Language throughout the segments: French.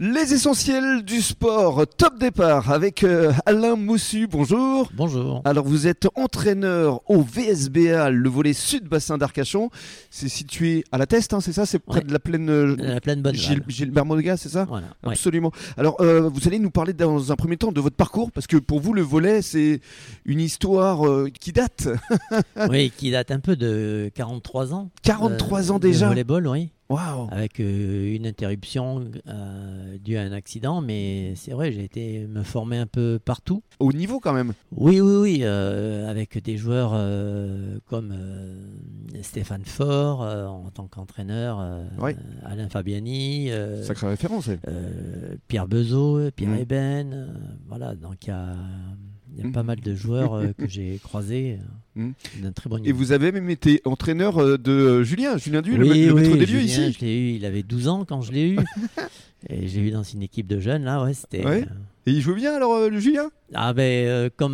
Les essentiels du sport, top départ avec Alain Moussu, bonjour. Bonjour. Alors vous êtes entraîneur au VSBA, le volet sud-bassin d'Arcachon. C'est situé à la Teste, c'est ça? C'est près de la plaine Bonneval. Gilbert Monogas, c'est ça? Voilà. Absolument. Alors vous allez nous parler dans un premier temps de votre parcours, parce que pour vous le volet c'est une histoire qui date. Oui, qui date un peu de 43 ans. 43 ans déjà. De volleyball, oui. Waouh. Avec une interruption due à un accident, mais c'est vrai, j'ai été me former un peu partout. Au niveau quand même. Oui, avec des joueurs comme Stéphane Faure en tant qu'entraîneur, Alain Fabiani, sacrée référence. Pierre Bezeau, Pierre Eben, voilà, donc il y a pas mal de joueurs que j'ai croisés d'un très bon niveau. Et vous avez même été entraîneur de Julien Duy, le maître des lieux Julien, ici. Je l'ai eu, il avait 12 ans quand je l'ai eu. Et j'ai eu dans une équipe de jeunes, là, c'était... Ouais. Et il joue bien alors, le Julien? Comme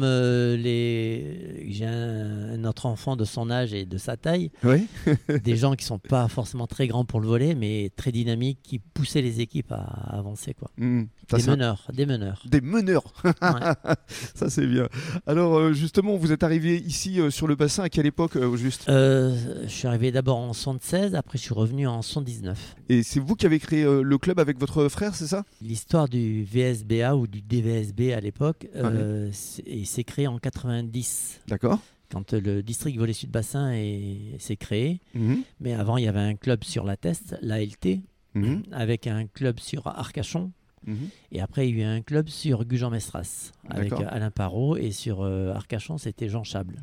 j'ai un autre enfant de son âge et de sa taille, des gens qui sont pas forcément très grands pour le volley, mais très dynamiques, qui poussaient les équipes à avancer, quoi. Des meneurs. Des meneurs. Ouais. Ça c'est bien. Alors justement, vous êtes arrivé ici sur le bassin à quelle époque au juste? Je suis arrivé d'abord en 76, après je suis revenu en 79. Et c'est vous qui avez créé le club avec votre frère, c'est ça? L'histoire du VSBA ou du DVSB à l'époque, s'est créé en 90. D'accord. Quand le district volley sud-bassin s'est créé. Mais avant, il y avait un club sur la Teste, l'ALT, avec un club sur Arcachon. Et après, il y a eu un club sur Gujan-Mestras, avec Alain Parot. Et sur Arcachon, c'était Jean Chable.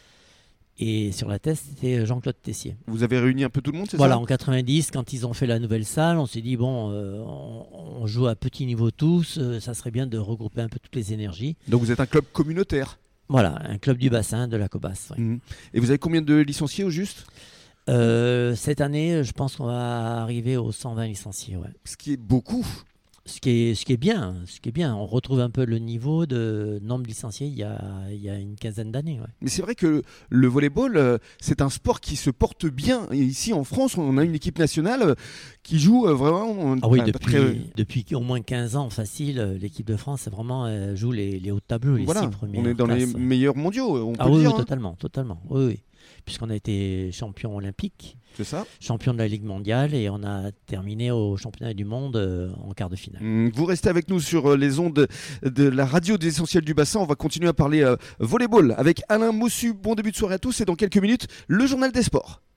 Et sur la Teste, c'était Jean-Claude Tessier. Vous avez réuni un peu tout le monde, c'est ça? Voilà, en 90, quand ils ont fait la nouvelle salle, on s'est dit, on joue à petit niveau tous, ça serait bien de regrouper un peu toutes les énergies. Donc vous êtes un club communautaire? Voilà, un club du bassin, de la Cobasse. Oui. Et vous avez combien de licenciés au juste? Cette année, je pense qu'on va arriver aux 120 licenciés. Ouais. Ce qui est beaucoup. Ce qui est bien. On retrouve un peu le niveau de nombre de licenciés il y a une quinzaine d'années. Ouais. Mais c'est vrai que le volleyball, c'est un sport qui se porte bien. Et ici en France, on a une équipe nationale qui joue vraiment... depuis au moins 15 ans, facile, l'équipe de France vraiment, joue les hauts de tableau, les 6 premières. On est dans les meilleurs mondiaux, on peut le oui, dire. Totalement. Oui. Puisqu'on a été champion olympique, c'est ça, champion de la Ligue mondiale, et on a terminé au championnat du monde en quart de finale. Vous restez avec nous sur les ondes de la radio des Essentiels du Bassin. On va continuer à parler volleyball avec Alain Moussu. Bon début de soirée à tous et dans quelques minutes, le journal des sports.